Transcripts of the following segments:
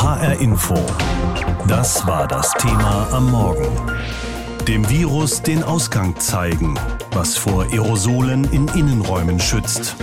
HR Info. Das war das Thema am Morgen. Dem Virus den Ausgang zeigen, was vor Aerosolen in Innenräumen schützt.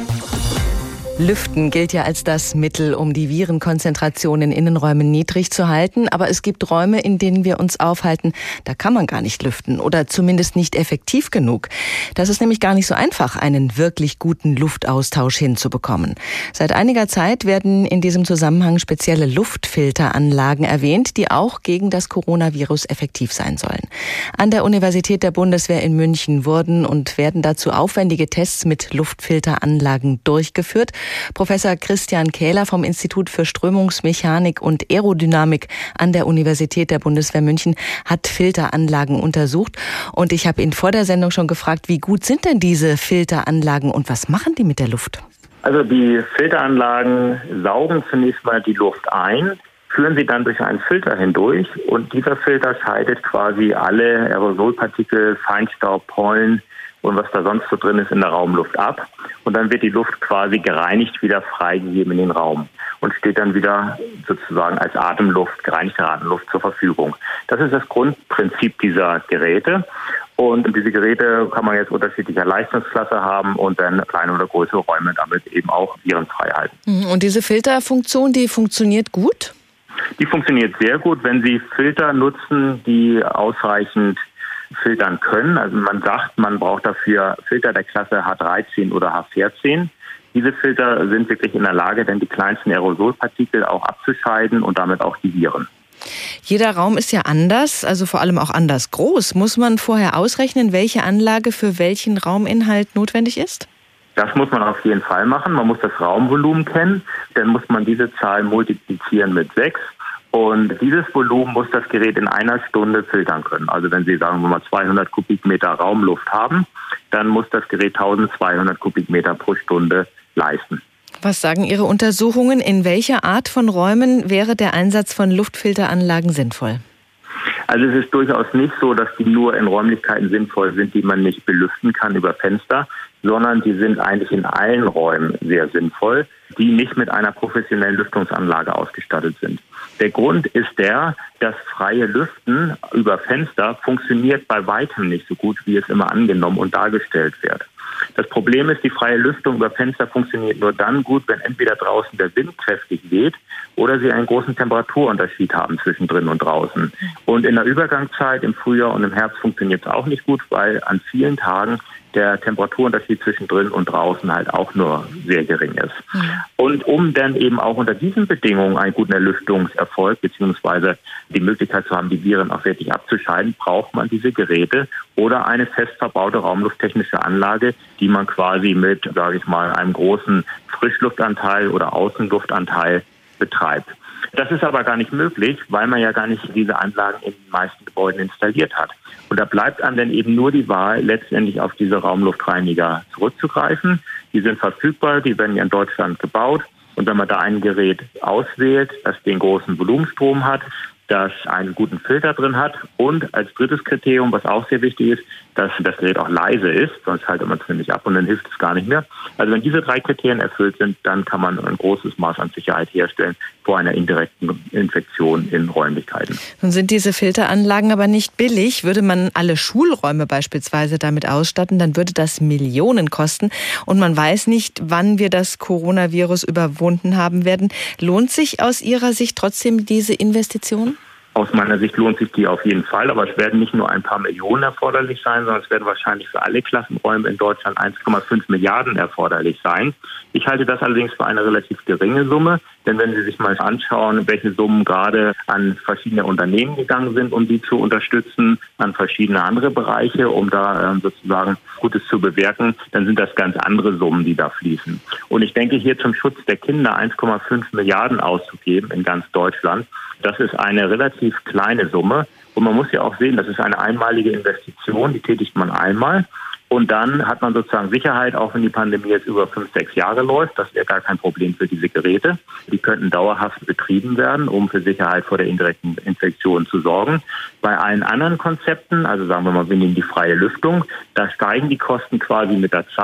Lüften gilt ja als das Mittel, um die Virenkonzentration in Innenräumen niedrig zu halten. Aber es gibt Räume, in denen wir uns aufhalten, da kann man gar nicht lüften oder zumindest nicht effektiv genug. Das ist nämlich gar nicht so einfach, einen wirklich guten Luftaustausch hinzubekommen. Seit einiger Zeit werden in diesem Zusammenhang spezielle Luftfilteranlagen erwähnt, die auch gegen das Coronavirus effektiv sein sollen. An der Universität der Bundeswehr in München wurden und werden dazu aufwendige Tests mit Luftfilteranlagen durchgeführt. Professor Christian Kähler vom Institut für Strömungsmechanik und Aerodynamik an der Universität der Bundeswehr München hat Filteranlagen untersucht. Und ich habe ihn vor der Sendung schon gefragt, wie gut sind denn diese Filteranlagen und was machen die mit der Luft? Also die Filteranlagen saugen zunächst mal die Luft ein, führen sie dann durch einen Filter hindurch und dieser Filter scheidet quasi alle Aerosolpartikel, Feinstaub, Pollen und was da sonst so drin ist in der Raumluft ab. Und dann wird die Luft quasi gereinigt wieder freigegeben in den Raum und steht dann wieder sozusagen als Atemluft, gereinigte Atemluft zur Verfügung. Das ist das Grundprinzip dieser Geräte. Und diese Geräte kann man jetzt unterschiedlicher Leistungsklasse haben und dann kleine oder größere Räume damit eben auch virenfrei halten. Und diese Filterfunktion, die funktioniert gut? Die funktioniert sehr gut, wenn Sie Filter nutzen, die ausreichend filtern können. Also man sagt, man braucht dafür Filter der Klasse H13 oder H14. Diese Filter sind wirklich in der Lage, dann die kleinsten Aerosolpartikel auch abzuscheiden und damit auch die Viren. Jeder Raum ist ja anders, also vor allem auch anders groß. Muss man vorher ausrechnen, welche Anlage für welchen Rauminhalt notwendig ist? Das muss man auf jeden Fall machen. Man muss das Raumvolumen kennen. Dann muss man diese Zahl multiplizieren mit 6. Und dieses Volumen muss das Gerät in einer Stunde filtern können. Also wenn Sie, sagen wir mal, 200 Kubikmeter Raumluft haben, dann muss das Gerät 1200 Kubikmeter pro Stunde leisten. Was sagen Ihre Untersuchungen? In welcher Art von Räumen wäre der Einsatz von Luftfilteranlagen sinnvoll? Also es ist durchaus nicht so, dass die nur in Räumlichkeiten sinnvoll sind, die man nicht belüften kann über Fenster, sondern die sind eigentlich in allen Räumen sehr sinnvoll, die nicht mit einer professionellen Lüftungsanlage ausgestattet sind. Der Grund ist der, dass freie Lüften über Fenster funktioniert bei weitem nicht so gut, wie es immer angenommen und dargestellt wird. Das Problem ist, die freie Lüftung über Fenster funktioniert nur dann gut, wenn entweder draußen der Wind kräftig weht oder Sie einen großen Temperaturunterschied haben zwischen drin und draußen. Und in der Übergangszeit im Frühjahr und im Herbst funktioniert es auch nicht gut, weil an vielen Tagen der Temperaturunterschied zwischen drin und draußen halt auch nur sehr gering ist. Und um dann eben auch unter diesen Bedingungen einen guten Erlüftungserfolg beziehungsweise die Möglichkeit zu haben, die Viren auch wirklich abzuscheiden, braucht man diese Geräte oder eine fest verbaute raumlufttechnische Anlage, die man quasi mit, sage ich mal, einem großen Frischluftanteil oder Außenluftanteil betreibt. Das ist aber gar nicht möglich, weil man ja gar nicht diese Anlagen in den meisten Gebäuden installiert hat. Und da bleibt einem dann eben nur die Wahl, letztendlich auf diese Raumluftreiniger zurückzugreifen. Die sind verfügbar, die werden ja in Deutschland gebaut. Und wenn man da ein Gerät auswählt, das den großen Volumenstrom hat, das einen guten Filter drin hat und als drittes Kriterium, was auch sehr wichtig ist, dass das Gerät auch leise ist, sonst schaltet man es nämlich ab und dann hilft es gar nicht mehr. Also wenn diese 3 Kriterien erfüllt sind, dann kann man ein großes Maß an Sicherheit herstellen vor einer indirekten Infektion in Räumlichkeiten. Nun sind diese Filteranlagen aber nicht billig. Würde man alle Schulräume beispielsweise damit ausstatten, dann würde das Millionen kosten und man weiß nicht, wann wir das Coronavirus überwunden haben werden. Lohnt sich aus Ihrer Sicht trotzdem diese Investition? Aus meiner Sicht lohnt sich die auf jeden Fall, aber es werden nicht nur ein paar Millionen erforderlich sein, sondern es werden wahrscheinlich für alle Klassenräume in Deutschland 1,5 Milliarden erforderlich sein. Ich halte das allerdings für eine relativ geringe Summe, denn wenn Sie sich mal anschauen, welche Summen gerade an verschiedene Unternehmen gegangen sind, um die zu unterstützen, an verschiedene andere Bereiche, um da sozusagen Gutes zu bewirken, dann sind das ganz andere Summen, die da fließen. Und ich denke, hier zum Schutz der Kinder 1,5 Milliarden auszugeben in ganz Deutschland, das ist eine relativ kleine Summe. Und man muss ja auch sehen, das ist eine einmalige Investition, die tätigt man einmal. Und dann hat man sozusagen Sicherheit, auch wenn die Pandemie jetzt über 5, 6 Jahre läuft. Das wäre gar kein Problem für diese Geräte. Die könnten dauerhaft betrieben werden, um für Sicherheit vor der indirekten Infektion zu sorgen. Bei allen anderen Konzepten, also sagen wir mal, wir nehmen die freie Lüftung, da steigen die Kosten quasi mit der Zeit,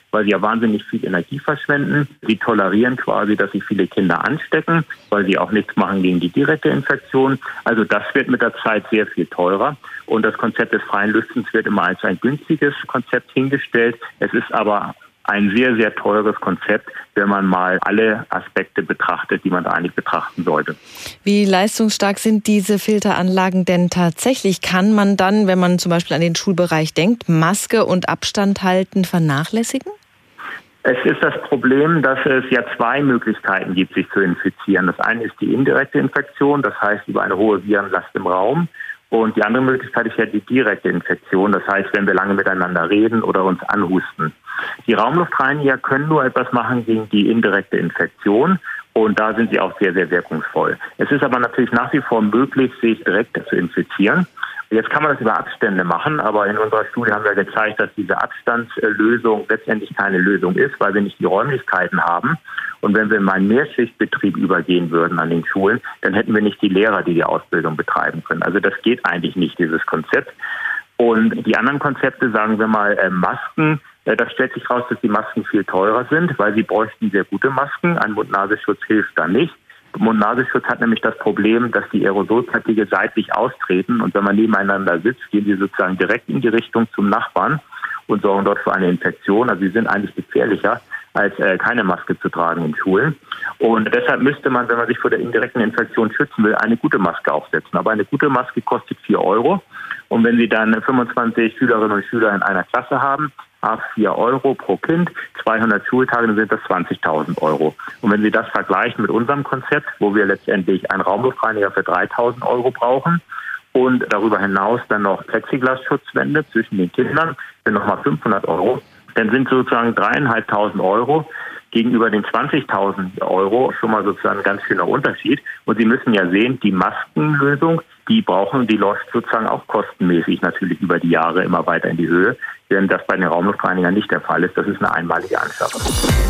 weil sie ja wahnsinnig viel Energie verschwenden. Sie tolerieren quasi, dass sich viele Kinder anstecken, weil sie auch nichts machen gegen die direkte Infektion. Also das wird mit der Zeit sehr viel teurer. Und das Konzept des freien Lüftens wird immer als ein günstiges Konzept hingestellt. Es ist aber ein sehr, sehr teures Konzept, wenn man mal alle Aspekte betrachtet, die man da eigentlich betrachten sollte. Wie leistungsstark sind diese Filteranlagen denn tatsächlich? Kann man dann, wenn man zum Beispiel an den Schulbereich denkt, Maske und Abstand halten vernachlässigen? Es ist das Problem, dass es ja zwei Möglichkeiten gibt, sich zu infizieren. Das eine ist die indirekte Infektion, das heißt über eine hohe Virenlast im Raum. Und die andere Möglichkeit ist ja die direkte Infektion, das heißt, wenn wir lange miteinander reden oder uns anhusten. Die Raumluftreiniger können nur etwas machen gegen die indirekte Infektion und da sind sie auch sehr, sehr wirkungsvoll. Es ist aber natürlich nach wie vor möglich, sich direkt zu infizieren. Jetzt kann man das über Abstände machen, aber in unserer Studie haben wir gezeigt, dass diese Abstandslösung letztendlich keine Lösung ist, weil wir nicht die Räumlichkeiten haben. Und wenn wir mal einen Mehrschichtbetrieb übergehen würden an den Schulen, dann hätten wir nicht die Lehrer, die die Ausbildung betreiben können. Also das geht eigentlich nicht, dieses Konzept. Und die anderen Konzepte, sagen wir mal Masken, da stellt sich raus, dass die Masken viel teurer sind, weil sie bräuchten sehr gute Masken. Ein Mund-Nasenschutz hilft da nicht. Mund-Nasenschutz hat nämlich das Problem, dass die Aerosolpartikel seitlich austreten und wenn man nebeneinander sitzt, gehen sie sozusagen direkt in die Richtung zum Nachbarn und sorgen dort für eine Infektion. Also sie sind eigentlich gefährlicher, als keine Maske zu tragen in Schulen. Und deshalb müsste man, wenn man sich vor der indirekten Infektion schützen will, eine gute Maske aufsetzen. Aber eine gute Maske kostet 4 €. Und wenn Sie dann 25 Schülerinnen und Schüler in einer Klasse haben, 4 € pro Kind, 200 Schultage, dann sind das 20.000 €. Und wenn Sie das vergleichen mit unserem Konzept, wo wir letztendlich einen Raumluftreiniger für 3.000 € brauchen und darüber hinaus dann noch Plexiglasschutzwände zwischen den Kindern für nochmal 500 €, dann sind sozusagen 3.500 € gegenüber den 20.000 € schon mal sozusagen ein ganz schöner Unterschied. Und Sie müssen ja sehen, die Maskenlösung, die läuft sozusagen auch kostenmäßig natürlich über die Jahre immer weiter in die Höhe, während das bei den Raumluftreinigern nicht der Fall ist. Das ist eine einmalige Anschaffung.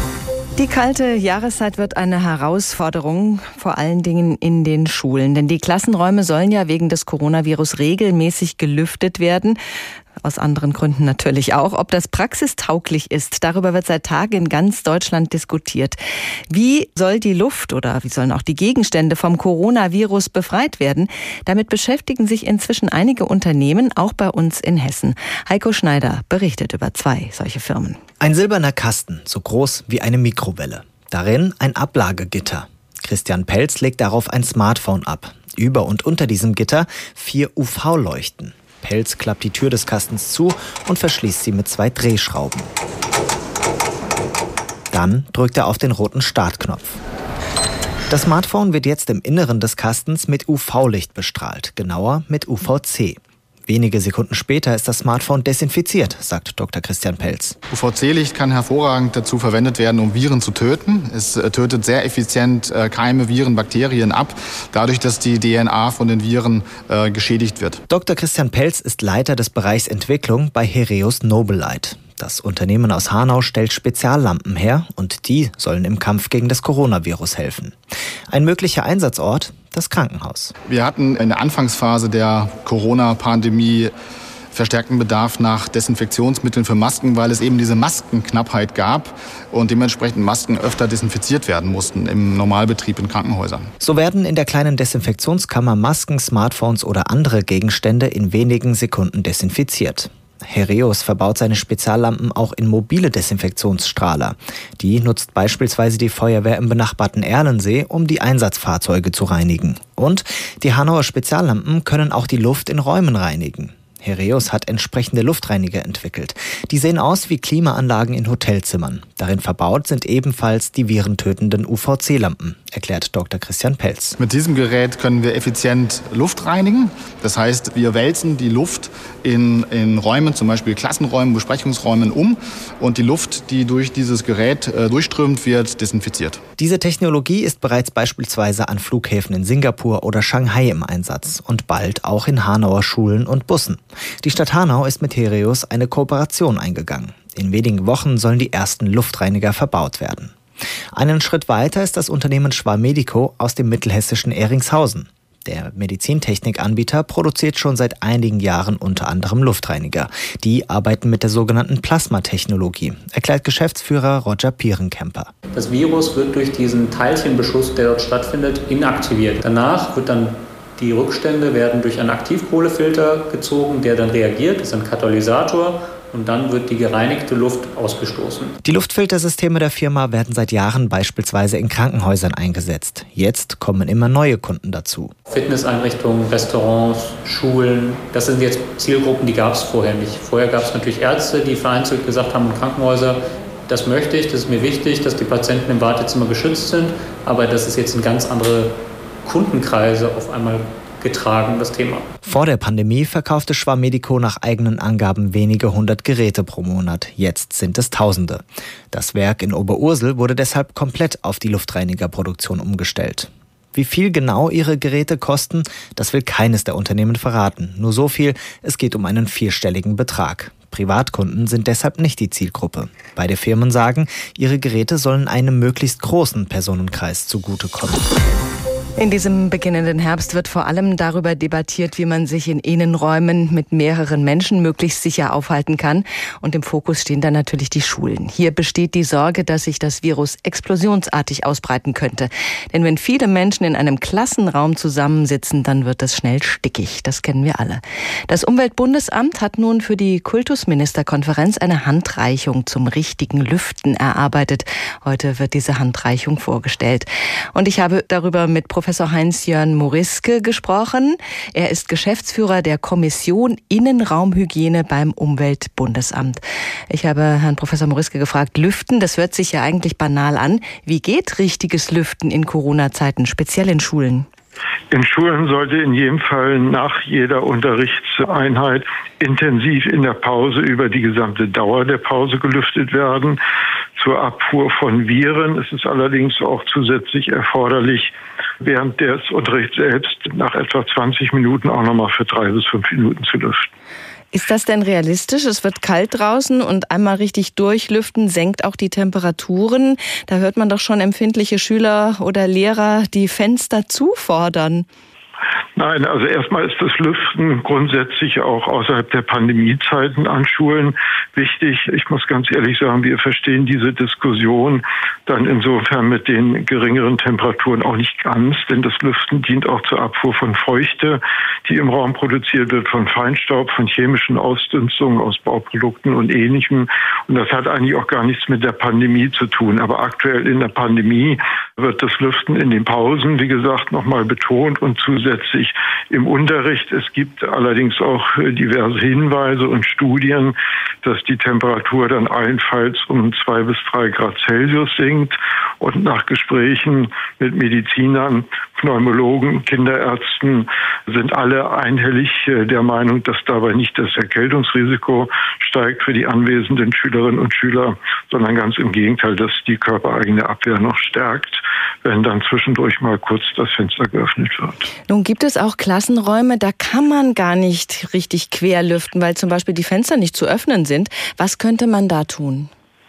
Die kalte Jahreszeit wird eine Herausforderung, vor allen Dingen in den Schulen. Denn die Klassenräume sollen ja wegen des Coronavirus regelmäßig gelüftet werden. Aus anderen Gründen natürlich auch. Ob das praxistauglich ist, darüber wird seit Tagen in ganz Deutschland diskutiert. Wie soll die Luft oder wie sollen auch die Gegenstände vom Coronavirus befreit werden? Damit beschäftigen sich inzwischen einige Unternehmen, auch bei uns in Hessen. Heiko Schneider berichtet über 2 solche Firmen. Ein silberner Kasten, so groß wie eine Mikrowelle. Darin ein Ablagegitter. Christian Pelz legt darauf ein Smartphone ab. Über und unter diesem Gitter 4 UV-Leuchten. Pelz klappt die Tür des Kastens zu und verschließt sie mit 2 Drehschrauben. Dann drückt er auf den roten Startknopf. Das Smartphone wird jetzt im Inneren des Kastens mit UV-Licht bestrahlt, genauer mit UVC. Wenige Sekunden später ist das Smartphone desinfiziert, sagt Dr. Christian Pelz. UVC-Licht kann hervorragend dazu verwendet werden, um Viren zu töten. Es tötet sehr effizient Keime, Viren, Bakterien ab, dadurch, dass die DNA von den Viren geschädigt wird. Dr. Christian Pelz ist Leiter des Bereichs Entwicklung bei Heraeus Nobelite. Das Unternehmen aus Hanau stellt Speziallampen her und die sollen im Kampf gegen das Coronavirus helfen. Ein möglicher Einsatzort, das Krankenhaus. Wir hatten in der Anfangsphase der Corona-Pandemie verstärkten Bedarf nach Desinfektionsmitteln für Masken, weil es eben diese Maskenknappheit gab und dementsprechend Masken öfter desinfiziert werden mussten im Normalbetrieb in Krankenhäusern. So werden in der kleinen Desinfektionskammer Masken, Smartphones oder andere Gegenstände in wenigen Sekunden desinfiziert. Heraeus verbaut seine Speziallampen auch in mobile Desinfektionsstrahler. Die nutzt beispielsweise die Feuerwehr im benachbarten Erlensee, um die Einsatzfahrzeuge zu reinigen. Und die Hanauer Speziallampen können auch die Luft in Räumen reinigen. Heraeus hat entsprechende Luftreiniger entwickelt. Die sehen aus wie Klimaanlagen in Hotelzimmern. Darin verbaut sind ebenfalls die virentötenden UVC-Lampen, erklärt Dr. Christian Pelz. Mit diesem Gerät können wir effizient Luft reinigen. Das heißt, wir wälzen die Luft in Räumen, zum Beispiel Klassenräumen, Besprechungsräumen um und die Luft, die durch dieses Gerät durchströmt, wird desinfiziert. Diese Technologie ist bereits beispielsweise an Flughäfen in Singapur oder Shanghai im Einsatz und bald auch in Hanauer Schulen und Bussen. Die Stadt Hanau ist mit Heraeus eine Kooperation eingegangen. In wenigen Wochen sollen die ersten Luftreiniger verbaut werden. Einen Schritt weiter ist das Unternehmen Schwalmedico aus dem mittelhessischen Ehringshausen. Der Medizintechnikanbieter produziert schon seit einigen Jahren unter anderem Luftreiniger. Die arbeiten mit der sogenannten Plasmatechnologie, erklärt Geschäftsführer Roger Pierenkemper. Das Virus wird durch diesen Teilchenbeschuss, der dort stattfindet, inaktiviert. Danach wird dann die Rückstände werden durch einen Aktivkohlefilter gezogen, der dann reagiert, das ist ein Katalysator. Und dann wird die gereinigte Luft ausgestoßen. Die Luftfiltersysteme der Firma werden seit Jahren beispielsweise in Krankenhäusern eingesetzt. Jetzt kommen immer neue Kunden dazu. Fitnesseinrichtungen, Restaurants, Schulen, das sind jetzt Zielgruppen, die gab es vorher nicht. Vorher gab es natürlich Ärzte, die vereinzelt gesagt haben, und Krankenhäuser, das möchte ich, das ist mir wichtig, dass die Patienten im Wartezimmer geschützt sind. Aber das ist jetzt in ganz andere Kundenkreise auf einmal getragen, das Thema. Vor der Pandemie verkaufte Schwar Medico nach eigenen Angaben wenige hundert Geräte pro Monat. Jetzt sind es Tausende. Das Werk in Oberursel wurde deshalb komplett auf die Luftreinigerproduktion umgestellt. Wie viel genau ihre Geräte kosten, das will keines der Unternehmen verraten. Nur so viel, es geht um einen vierstelligen Betrag. Privatkunden sind deshalb nicht die Zielgruppe. Beide Firmen sagen, ihre Geräte sollen einem möglichst großen Personenkreis zugutekommen. In diesem beginnenden Herbst wird vor allem darüber debattiert, wie man sich in Innenräumen mit mehreren Menschen möglichst sicher aufhalten kann. Und im Fokus stehen dann natürlich die Schulen. Hier besteht die Sorge, dass sich das Virus explosionsartig ausbreiten könnte. Denn wenn viele Menschen in einem Klassenraum zusammensitzen, dann wird es schnell stickig. Das kennen wir alle. Das Umweltbundesamt hat nun für die Kultusministerkonferenz eine Handreichung zum richtigen Lüften erarbeitet. Heute wird diese Handreichung vorgestellt. Und ich habe darüber mit Professor Heinz-Jörn Moriske gesprochen. Er ist Geschäftsführer der Kommission Innenraumhygiene beim Umweltbundesamt. Ich habe Herrn Professor Moriske gefragt, Lüften, das hört sich ja eigentlich banal an. Wie geht richtiges Lüften in Corona-Zeiten, speziell in Schulen? In Schulen sollte in jedem Fall nach jeder Unterrichtseinheit intensiv in der Pause über die gesamte Dauer der Pause gelüftet werden. Zur Abfuhr von Viren ist es allerdings auch zusätzlich erforderlich, während des Unterrichts selbst nach etwa 20 Minuten auch nochmal für 3 bis 5 Minuten zu lüften. Ist das denn realistisch? Es wird kalt draußen und einmal richtig durchlüften senkt auch die Temperaturen. Da hört man doch schon empfindliche Schüler oder Lehrer, die Fenster zufordern. Nein, also erstmal ist das Lüften grundsätzlich auch außerhalb der Pandemiezeiten an Schulen wichtig. Ich muss ganz ehrlich sagen, wir verstehen diese Diskussion dann insofern mit den geringeren Temperaturen auch nicht ganz, denn das Lüften dient auch zur Abfuhr von Feuchte, die im Raum produziert wird, von Feinstaub, von chemischen Ausdünstungen aus Bauprodukten und Ähnlichem. Und das hat eigentlich auch gar nichts mit der Pandemie zu tun. Aber aktuell in der Pandemie wird das Lüften in den Pausen, wie gesagt, nochmal betont und zusätzlich im Unterricht. Es gibt allerdings auch diverse Hinweise und Studien, dass die Temperatur dann allenfalls um 2 bis 3 Grad Celsius sinkt. Und nach Gesprächen mit Medizinern, Pneumologen, Kinderärzten sind alle einhellig der Meinung, dass dabei nicht das Erkältungsrisiko steigt für die anwesenden Schülerinnen und Schüler, sondern ganz im Gegenteil, dass die körpereigene Abwehr noch stärkt, wenn dann zwischendurch mal kurz das Fenster geöffnet wird. Nun gibt es auch Klassenräume, da kann man gar nicht richtig quer lüften, weil zum Beispiel die Fenster nicht zu öffnen sind. Was könnte man da tun?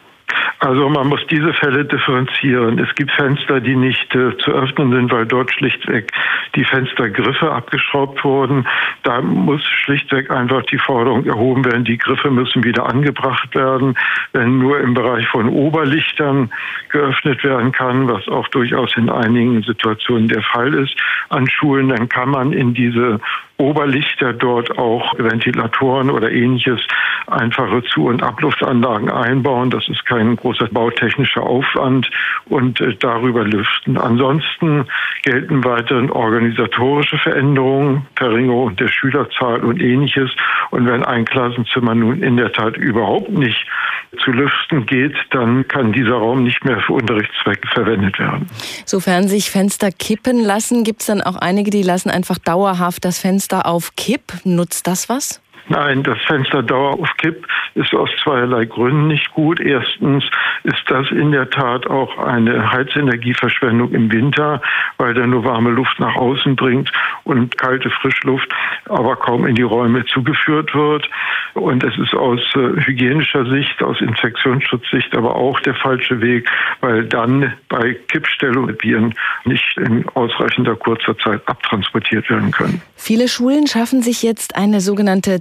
Also man muss diese Fälle differenzieren. Es gibt Fenster, die nicht zu öffnen sind, weil dort schlichtweg die Fenstergriffe abgeschraubt wurden. Da muss schlichtweg einfach die Forderung erhoben werden, die Griffe müssen wieder angebracht werden. Wenn nur im Bereich von Oberlichtern geöffnet werden kann, was auch durchaus in einigen Situationen der Fall ist an Schulen, dann kann man in diese Oberlichter dort auch Ventilatoren oder Ähnliches, einfache Zu- und Abluftanlagen einbauen. Das ist kein großer bautechnischer Aufwand und darüber lüften. Ansonsten gelten weiterhin organisatorische Veränderungen, Verringerung der Schülerzahl und Ähnliches. Und wenn ein Klassenzimmer nun in der Tat überhaupt nicht zu lüften geht, dann kann dieser Raum nicht mehr für Unterrichtszwecke verwendet werden. Sofern sich Fenster kippen lassen, gibt es dann auch einige, die lassen einfach dauerhaft das Fenster auf Kipp. Nutzt das was? Nein, das Fenster Dauer auf Kipp ist aus zweierlei Gründen nicht gut. Erstens ist das in der Tat auch eine Heizenergieverschwendung im Winter, weil da nur warme Luft nach außen dringt und kalte Frischluft aber kaum in die Räume zugeführt wird. Und es ist aus hygienischer Sicht, aus Infektionsschutzsicht aber auch der falsche Weg, weil dann bei Kippstellung Viren nicht in ausreichender kurzer Zeit abtransportiert werden können. Viele Schulen schaffen sich jetzt eine sogenannte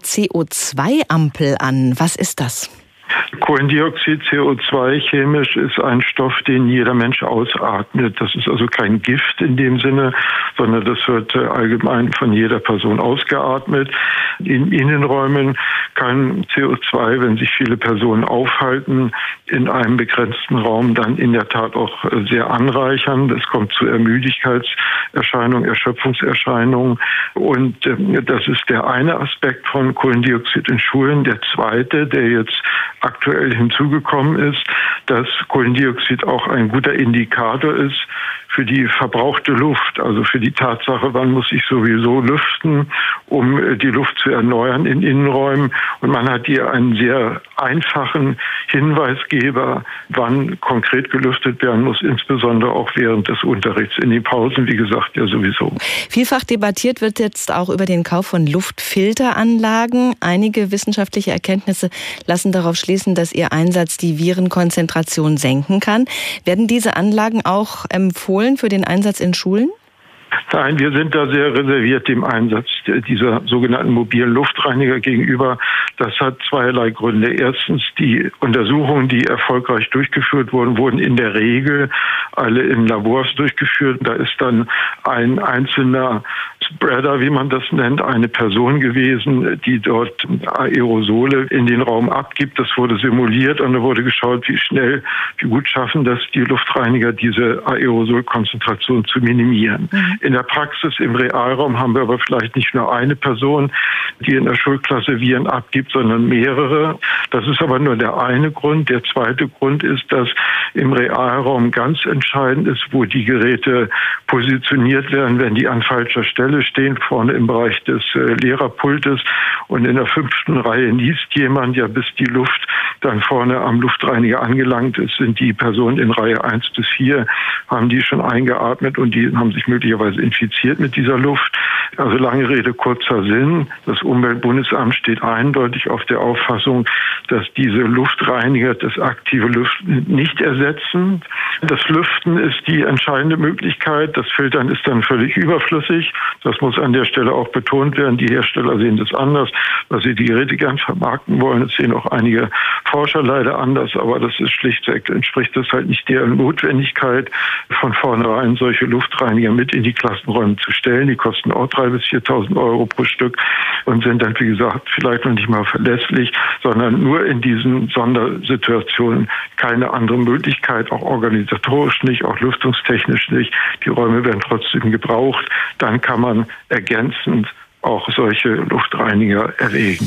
CO2-Ampel an. Was ist das? Kohlendioxid, CO2 chemisch ist ein Stoff, den jeder Mensch ausatmet. Das ist also kein Gift in dem Sinne, sondern das wird allgemein von jeder Person ausgeatmet. In Innenräumen kann CO2, wenn sich viele Personen aufhalten, in einem begrenzten Raum dann in der Tat auch sehr anreichern. Es kommt zu Ermüdigkeitserscheinungen, Erschöpfungserscheinungen. Und das ist der eine Aspekt von Kohlendioxid in Schulen. Der zweite, der jetzt aktuell hinzugekommen ist, dass Kohlendioxid auch ein guter Indikator ist für die verbrauchte Luft, also für die Tatsache, wann muss ich sowieso lüften, um die Luft zu erneuern in Innenräumen. Und man hat hier einen sehr einfachen Hinweisgeber, wann konkret gelüftet werden muss, insbesondere auch während des Unterrichts. In den Pausen, wie gesagt, ja sowieso. Vielfach debattiert wird jetzt auch über den Kauf von Luftfilteranlagen. Einige wissenschaftliche Erkenntnisse lassen darauf schließen, dass ihr Einsatz die Virenkonzentration senken kann. Werden diese Anlagen auch empfohlen für den Einsatz in Schulen? Nein, wir sind da sehr reserviert dem Einsatz dieser sogenannten mobilen Luftreiniger gegenüber. Das hat zweierlei Gründe. Erstens, die Untersuchungen, die erfolgreich durchgeführt wurden, wurden in der Regel alle in Labors durchgeführt. Da ist dann ein einzelner Spreader, wie man das nennt, eine Person gewesen, die dort Aerosole in den Raum abgibt. Das wurde simuliert und da wurde geschaut, wie gut schaffen das die Luftreiniger, diese Aerosolkonzentration zu minimieren. In der Praxis, im Realraum haben wir aber vielleicht nicht nur eine Person, die in der Schulklasse Viren abgibt, sondern mehrere. Das ist aber nur der eine Grund. Der zweite Grund ist, dass im Realraum ganz entscheidend ist, wo die Geräte positioniert werden, wenn die an falscher Stelle stehen, vorne im Bereich des Lehrerpultes und in der 5. Reihe niest jemand, ja bis die Luft dann vorne am Luftreiniger angelangt ist, sind die Personen in Reihe 1 bis 4, haben die schon eingeatmet und die haben sich möglicherweise infiziert mit dieser Luft. Also lange Rede, kurzer Sinn. Das Umweltbundesamt steht eindeutig auf der Auffassung, dass diese Luftreiniger das aktive Lüften nicht ersetzen. Das Lüften ist die entscheidende Möglichkeit. Das Filtern ist dann völlig überflüssig. Das muss an der Stelle auch betont werden. Die Hersteller sehen das anders, dass sie die Geräte gern vermarkten wollen. Das sehen auch einige Forscher leider anders, aber das ist schlichtweg, entspricht das halt nicht der Notwendigkeit, von vornherein solche Luftreiniger mit in die Klassenräume zu stellen. Die kosten auch 3.000 bis 4.000 Euro pro Stück und sind dann, wie gesagt, vielleicht noch nicht mal verlässlich, sondern nur in diesen Sondersituationen keine andere Möglichkeit, auch organisatorisch nicht, auch lüftungstechnisch nicht. Die Räume werden trotzdem gebraucht. Dann kann man ergänzend auch solche Luftreiniger erwägen.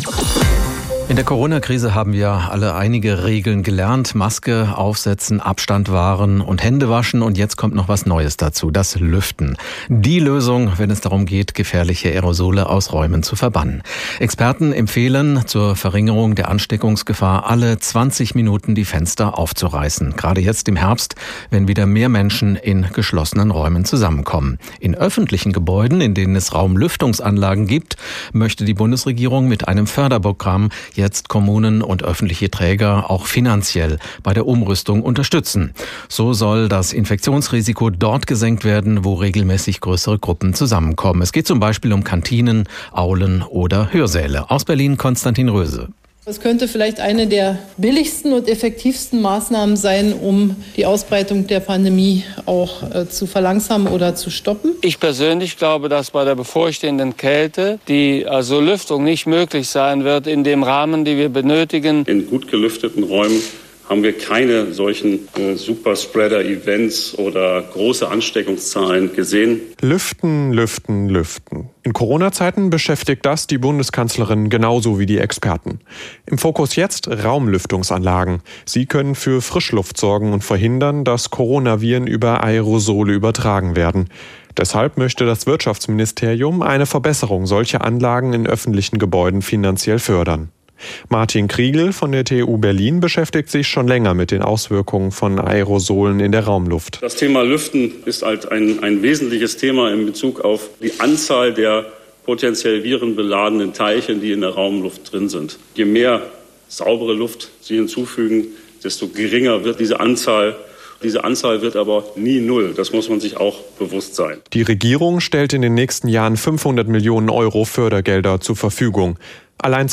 In der Corona-Krise haben wir alle einige Regeln gelernt. Maske aufsetzen, Abstand wahren und Hände waschen. Und jetzt kommt noch was Neues dazu, das Lüften. Die Lösung, wenn es darum geht, gefährliche Aerosole aus Räumen zu verbannen. Experten empfehlen zur Verringerung der Ansteckungsgefahr, alle 20 Minuten die Fenster aufzureißen. Gerade jetzt im Herbst, wenn wieder mehr Menschen in geschlossenen Räumen zusammenkommen. In öffentlichen Gebäuden, in denen es Raumlüftungsanlagen gibt, möchte die Bundesregierung mit einem Förderprogramm jetzt Kommunen und öffentliche Träger auch finanziell bei der Umrüstung unterstützen. So soll das Infektionsrisiko dort gesenkt werden, wo regelmäßig größere Gruppen zusammenkommen. Es geht zum Beispiel um Kantinen, Aulen oder Hörsäle. Aus Berlin Konstantin Röse. Das könnte vielleicht eine der billigsten und effektivsten Maßnahmen sein, um die Ausbreitung der Pandemie auch zu verlangsamen oder zu stoppen. Ich persönlich glaube, dass bei der bevorstehenden Kälte die Lüftung nicht möglich sein wird in dem Rahmen, den wir benötigen. In gut gelüfteten Räumen haben wir keine solchen Superspreader-Events oder große Ansteckungszahlen gesehen. Lüften, lüften, lüften. In Corona-Zeiten beschäftigt das die Bundeskanzlerin genauso wie die Experten. Im Fokus jetzt Raumlüftungsanlagen. Sie können für Frischluft sorgen und verhindern, dass Coronaviren über Aerosole übertragen werden. Deshalb möchte das Wirtschaftsministerium eine Verbesserung solcher Anlagen in öffentlichen Gebäuden finanziell fördern. Martin Kriegel von der TU Berlin beschäftigt sich schon länger mit den Auswirkungen von Aerosolen in der Raumluft. Das Thema Lüften ist halt ein wesentliches Thema in Bezug auf die Anzahl der potenziell virenbeladenen Teilchen, die in der Raumluft drin sind. Je mehr saubere Luft Sie hinzufügen, desto geringer wird diese Anzahl. Diese Anzahl wird aber nie null. Das muss man sich auch bewusst sein. Die Regierung stellt in den nächsten Jahren 500 Millionen Euro Fördergelder zur Verfügung. Allein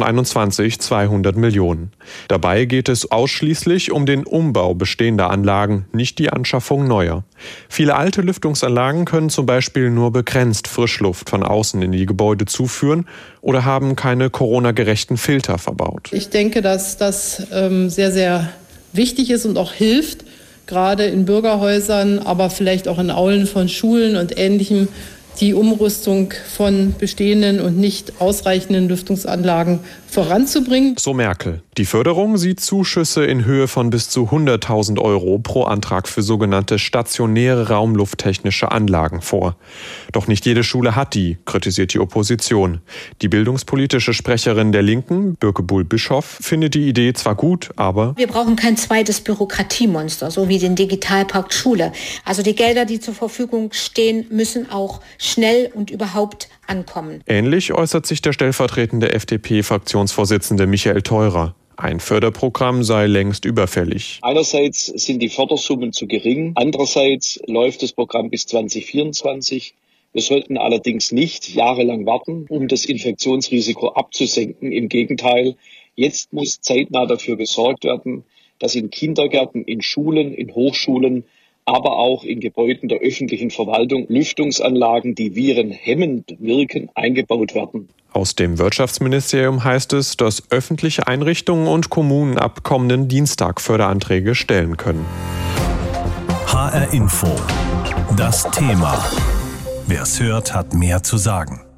2021 200 Millionen. Dabei geht es ausschließlich um den Umbau bestehender Anlagen, nicht die Anschaffung neuer. Viele alte Lüftungsanlagen können zum Beispiel nur begrenzt Frischluft von außen in die Gebäude zuführen oder haben keine Corona-gerechten Filter verbaut. Ich denke, dass das sehr, sehr wichtig ist und auch hilft, gerade in Bürgerhäusern, aber vielleicht auch in Aulen von Schulen und Ähnlichem, die Umrüstung von bestehenden und nicht ausreichenden Lüftungsanlagen voranzubringen. So Merkel. Die Förderung sieht Zuschüsse in Höhe von bis zu 100.000 Euro pro Antrag für sogenannte stationäre raumlufttechnische Anlagen vor. Doch nicht jede Schule hat die, kritisiert die Opposition. Die bildungspolitische Sprecherin der Linken, Birke Buhl-Bischoff, findet die Idee zwar gut, aber wir brauchen kein zweites Bürokratiemonster, so wie den Digitalpakt Schule. Also die Gelder, die zur Verfügung stehen, müssen auch schnell und überhaupt ankommen. Ähnlich äußert sich der stellvertretende FDP-Fraktionsvorsitzende Michael Theurer. Ein Förderprogramm sei längst überfällig. Einerseits sind die Fördersummen zu gering, andererseits läuft das Programm bis 2024. Wir sollten allerdings nicht jahrelang warten, um das Infektionsrisiko abzusenken. Im Gegenteil, jetzt muss zeitnah dafür gesorgt werden, dass in Kindergärten, in Schulen, in Hochschulen, aber auch in Gebäuden der öffentlichen Verwaltung Lüftungsanlagen, die virenhemmend wirken, eingebaut werden. Aus dem Wirtschaftsministerium heißt es, dass öffentliche Einrichtungen und Kommunen ab kommenden Dienstag Förderanträge stellen können. HR Info. Das Thema. Wer es hört, hat mehr zu sagen.